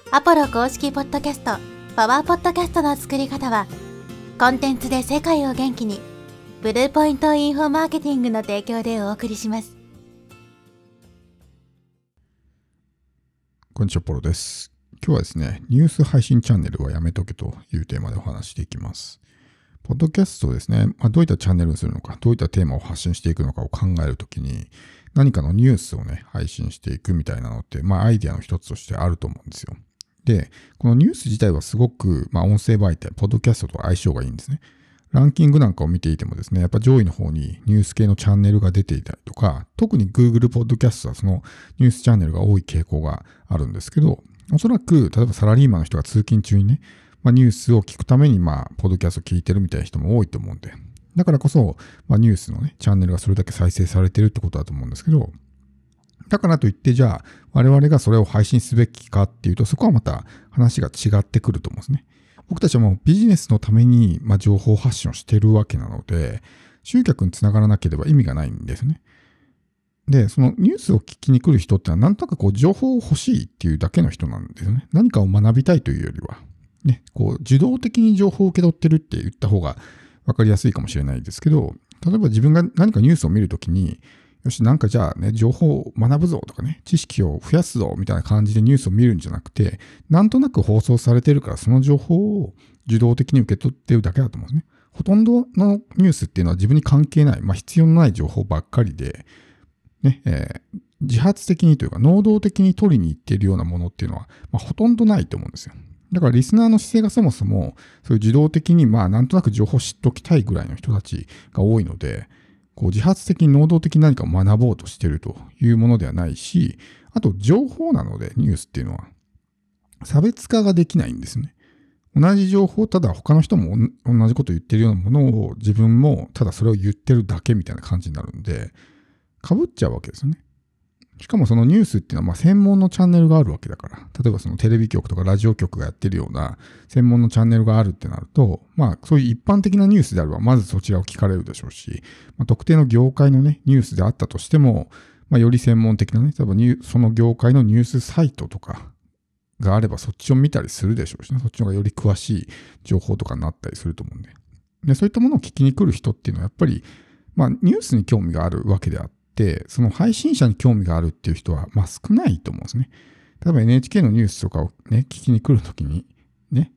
アポロ公式ポッドキャスト、パワーポッドキャストの作り方は、コンテンツで世界を元気に、ブルーポイントインフォマーケティングの提供でお送りします。 こんにちは、ポロです。今日はですね、ニュース配信チャンネルはやめとけというテーマでお話していきます。ポッドキャストをですね、どういったチャンネルにするのか、どういったテーマを発信していくのかを考えるときに、何かのニュースをね、配信していくみたいなのって、アイデアの一つとしてあると思うんですよ。で、このニュース自体はすごく、音声媒体、ポッドキャストと相性がいいんですね。ランキングなんかを見ていてもですね、やっぱ上位の方にニュース系のチャンネルが出ていたりとか、特に Google ポッドキャストはそのニュースチャンネルが多い傾向があるんですけど、おそらく、例えばサラリーマンの人が通勤中にね、ニュースを聞くために、ポッドキャストを聞いてるみたいな人も多いと思うんで、だからこそ、ニュースのね、チャンネルがそれだけ再生されてるってことだと思うんですけど、だからといって、じゃあ、我々がそれを配信すべきかっていうと、そこはまた話が違ってくると思うんですね。僕たちはもうビジネスのために、情報発信をしてるわけなので、集客につながらなければ意味がないんですね。で、そのニュースを聞きに来る人ってのは、なんとなく情報を欲しいっていうだけの人なんですよね。何かを学びたいというよりは、ね、受動的に情報を受け取ってるって言った方が分かりやすいかもしれないですけど、例えば自分が何かニュースを見るときに、よし、なんかじゃあね、情報を学ぶぞとかね、知識を増やすぞみたいな感じでニュースを見るんじゃなくて、なんとなく放送されてるからその情報を受動的に受け取ってるだけだと思うんですね。ほとんどのニュースっていうのは自分に関係ない、必要のない情報ばっかりで、ね、自発的にというか能動的に取りに行っているようなものっていうのは、ほとんどないと思うんですよ。だからリスナーの姿勢がそもそもそういう自動的になんとなく情報を知っておきたいぐらいの人たちが多いので、自発的に能動的に何かを学ぼうとしているというものではないし、あと情報なのでニュースっていうのは差別化ができないんですね。同じ情報をただ他の人も同じことを言ってるようなものを自分もただそれを言ってるだけみたいな感じになるんで、被っちゃうわけですよね。しかもそのニュースっていうのは専門のチャンネルがあるわけだから、例えばそのテレビ局とかラジオ局がやってるような専門のチャンネルがあるってなると、そういう一般的なニュースであればまずそちらを聞かれるでしょうし、特定の業界のね、ニュースであったとしても、より専門的なね、例えばその業界のニュースサイトとかがあればそっちを見たりするでしょうしね、そっちの方がより詳しい情報とかになったりすると思うんで。で、そういったものを聞きに来る人っていうのはやっぱり、ニュースに興味があるわけであって、その配信者に興味があるっていう人は少ないと思うんですね。例えば NHK のニュースとかをね、聞きに来るときにね、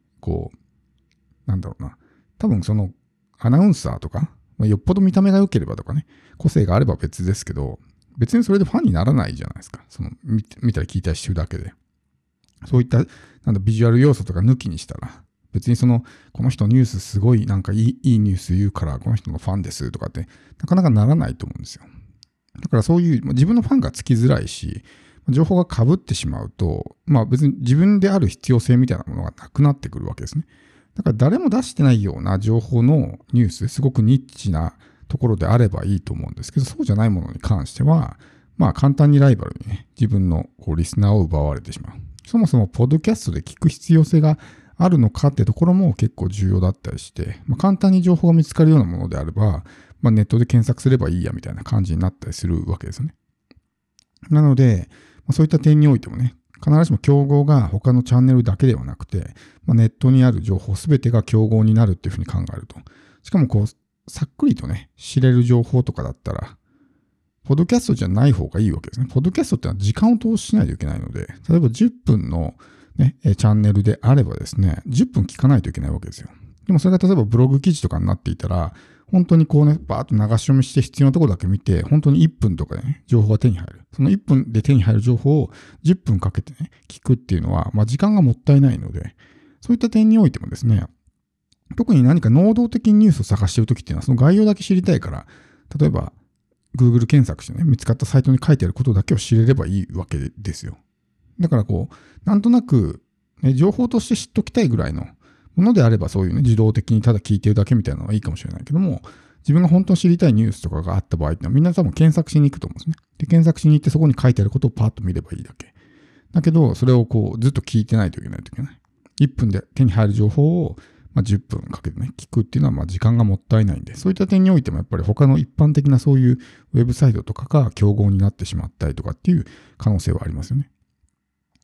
多分そのアナウンサーとか、よっぽど見た目が良ければとかね、個性があれば別ですけど、別にそれでファンにならないじゃないですか。その見たり聞いたりしてるだけで。そういったビジュアル要素とか抜きにしたら、別にこの人ニュースすごいいいニュース言うからこの人のファンですとかってなかなかならないと思うんですよ。だからそういう自分のファンがつきづらいし、情報が被ってしまうと、別に自分である必要性みたいなものがなくなってくるわけですね。だから誰も出してないような情報のニュースですごくニッチなところであればいいと思うんですけど、そうじゃないものに関しては、簡単にライバルにね、自分のリスナーを奪われてしまう。そもそもポッドキャストで聞く必要性があるのかってところも結構重要だったりして、簡単に情報が見つかるようなものであれば、ネットで検索すればいいやみたいな感じになったりするわけですよね。なので、そういった点においてもね、必ずしも競合が他のチャンネルだけではなくて、ネットにある情報すべてが競合になるっていうふうに考えると。しかもさっくりとね、知れる情報とかだったら、ポッドキャストじゃない方がいいわけですね。ポッドキャストってのは時間を投資しないといけないので、例えば10分の、ね、チャンネルであればですね、10分聞かないといけないわけですよ。でもそれが例えばブログ記事とかになっていたら、本当にバーッと流し読みして必要なところだけ見て、本当に1分とかでね、情報が手に入る。その1分で手に入る情報を10分かけてね、聞くっていうのは、時間がもったいないので、そういった点においてもですね、特に何か能動的にニュースを探しているときっていうのは、その概要だけ知りたいから、例えば、Google 検索してね、見つかったサイトに書いてあることだけを知れればいいわけですよ。だからなんとなく、ね、情報として知っときたいぐらいのものであればそういうね、自動的にただ聞いてるだけみたいなのはいいかもしれないけども、自分が本当に知りたいニュースとかがあった場合ってのはみんな多分検索しに行くと思うんですね。で、検索しに行ってそこに書いてあることをパッと見ればいいだけ。だけど、それをずっと聞いてないといけない。1分で手に入る情報を10分かけてね、聞くっていうのは時間がもったいないんで、そういった点においてもやっぱり他の一般的なそういうウェブサイトとかが競合になってしまったりとかっていう可能性はありますよね。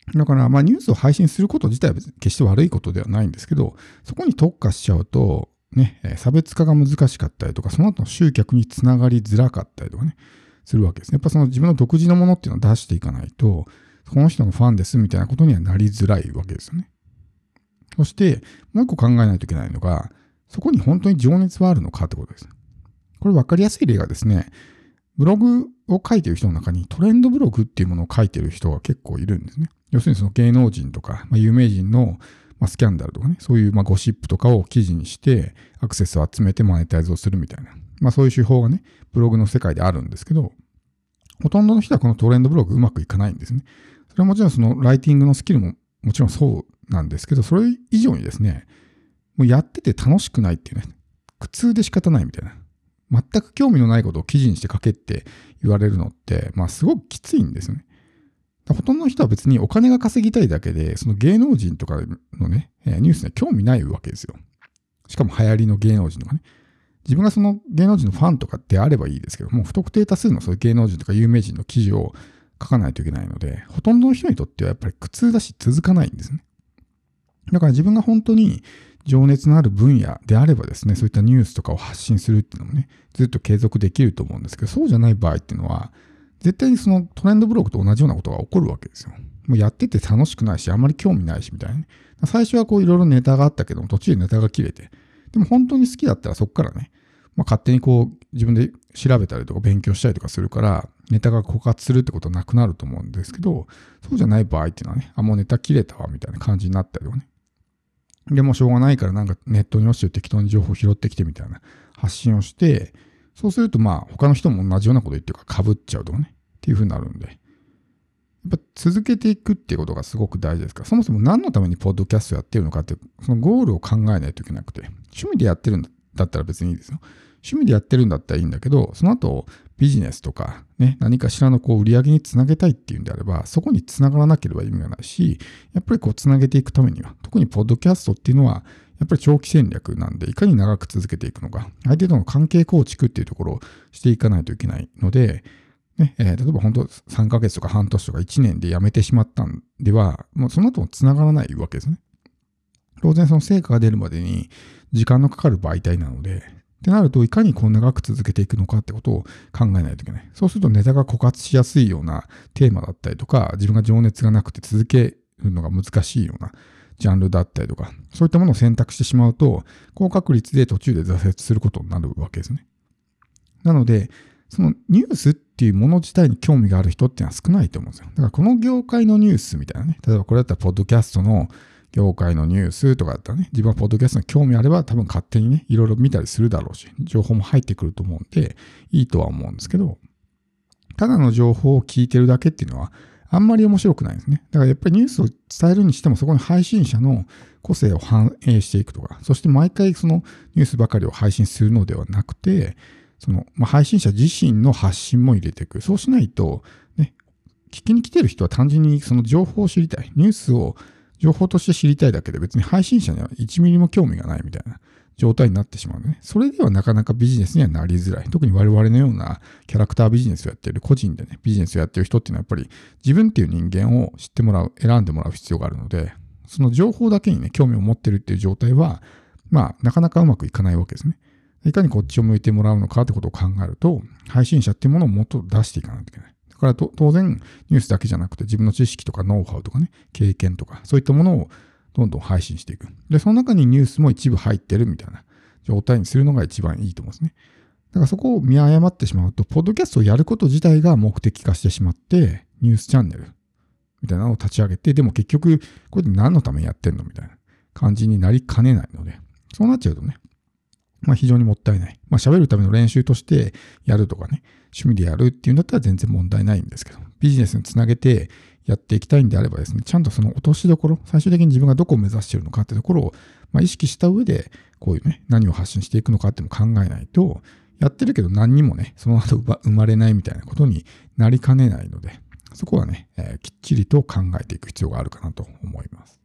だから、ニュースを配信すること自体は決して悪いことではないんですけど、そこに特化しちゃうと、ね、差別化が難しかったりとか、その後の集客につながりづらかったりとかね、するわけですね。やっぱその自分の独自のものっていうのを出していかないと、この人のファンですみたいなことにはなりづらいわけですよね。そして、もう一個考えないといけないのが、そこに本当に情熱はあるのかってことです。これ分かりやすい例がですね、ブログを書いている人の中にトレンドブログっていうものを書いている人が結構いるんですね。要するにその芸能人とか、有名人のスキャンダルとかね、そういうゴシップとかを記事にしてアクセスを集めてマネタイズをするみたいな、そういう手法がね、ブログの世界であるんですけど、ほとんどの人はこのトレンドブログうまくいかないんですね。それはもちろんそのライティングのスキルももちろんそうなんですけど、それ以上にですね、もうやってて楽しくないっていうね、苦痛で仕方ないみたいな。全く興味のないことを記事にして書けって言われるのって、すごくきついんですよね。ほとんどの人は別にお金が稼ぎたいだけで、その芸能人とかのね、ニュースに興味ないわけですよ。しかも流行りの芸能人とかね。自分がその芸能人のファンとかであればいいですけども、不特定多数のそういう芸能人とか有名人の記事を書かないといけないので、ほとんどの人にとってはやっぱり苦痛だし続かないんですね。だから自分が本当に情熱のある分野であればですね、そういったニュースとかを発信するっていうのもね、ずっと継続できると思うんですけど、そうじゃない場合っていうのは、絶対にそのトレンドブログと同じようなことが起こるわけですよ。もうやってて楽しくないし、あんまり興味ないしみたいなね。最初はこういろいろネタがあったけども、途中でネタが切れて、でも本当に好きだったらそこからね、勝手にこう自分で調べたりとか勉強したりとかするから、ネタが枯渇するってことはなくなると思うんですけど、そうじゃない場合っていうのはね、もうネタ切れたわみたいな感じになったりとかね。でもしょうがないからなんかネットに落ちて適当に情報拾ってきてみたいな発信をして、そうすると他の人も同じようなこと言ってるから被っちゃうとかね、っていう風になるんで、やっぱ続けていくっていうことがすごく大事ですから、そもそも何のためにポッドキャストやってるのかって、そのゴールを考えないといけなくて、趣味でやってるんだったら別にいいですよ。趣味でやってるんだったらいいんだけど、その後ビジネスとかね、何かしらのこう売り上げにつなげたいっていうんであれば、そこにつながらなければ意味がないし、やっぱりこうつなげていくためには、特にポッドキャストっていうのは、やっぱり長期戦略なんで、いかに長く続けていくのか、相手との関係構築っていうところをしていかないといけないので、ね、例えば本当3ヶ月とか半年とか1年で辞めてしまったんでは、もうその後もつながらないわけですね。当然その成果が出るまでに時間のかかる媒体なので、ってなるといかにこう長く続けていくのかってことを考えないといけない。そうするとネタが枯渇しやすいようなテーマだったりとか、自分が情熱がなくて続けるのが難しいようなジャンルだったりとか、そういったものを選択してしまうと、高確率で途中で挫折することになるわけですね。なので、そのニュースっていうもの自体に興味がある人っていうのは少ないと思うんですよ。だからこの業界のニュースみたいなね、例えばこれだったらポッドキャストの業界のニュースとかだったらね、自分はポッドキャストに興味あれば多分勝手にね、いろいろ見たりするだろうし、情報も入ってくると思うんで、いいとは思うんですけど、ただの情報を聞いてるだけっていうのは、あんまり面白くないんですね。だからやっぱりニュースを伝えるにしても、そこに配信者の個性を反映していくとか、そして毎回そのニュースばかりを配信するのではなくて、その配信者自身の発信も入れていく。そうしないと、ね、聞きに来てる人は単純にその情報を知りたい。ニュースを情報として知りたいだけで別に配信者には1ミリも興味がないみたいな状態になってしまうのね。それではなかなかビジネスにはなりづらい。特に我々のようなキャラクタービジネスをやっている個人でね、ビジネスをやっている人っていうのはやっぱり自分っていう人間を知ってもらう、選んでもらう必要があるので、その情報だけにね、興味を持ってるっていう状態は、なかなかうまくいかないわけですね。いかにこっちを向いてもらうのかってことを考えると、配信者っていうものをもっと出していかないといけない。だから当然、ニュースだけじゃなくて自分の知識とかノウハウとかね、経験とか、そういったものをどんどん配信していく。で、その中にニュースも一部入ってるみたいな状態にするのが一番いいと思うんですね。だからそこを見誤ってしまうと、ポッドキャストをやること自体が目的化してしまって、ニュースチャンネルみたいなのを立ち上げて、でも結局、これで何のためにやってんのみたいな感じになりかねないので、そうなっちゃうとね、非常にもったいない。喋るための練習としてやるとかね、趣味でやるっていうんだったら全然問題ないんですけど、ビジネスにつなげてやっていきたいんであればですね、ちゃんとその落としどころ、最終的に自分がどこを目指しているのかってところを、意識した上で、こういうね、何を発信していくのかっていうのを考えないと、やってるけど何にもね、その後生まれないみたいなことになりかねないので、そこはね、きっちりと考えていく必要があるかなと思います。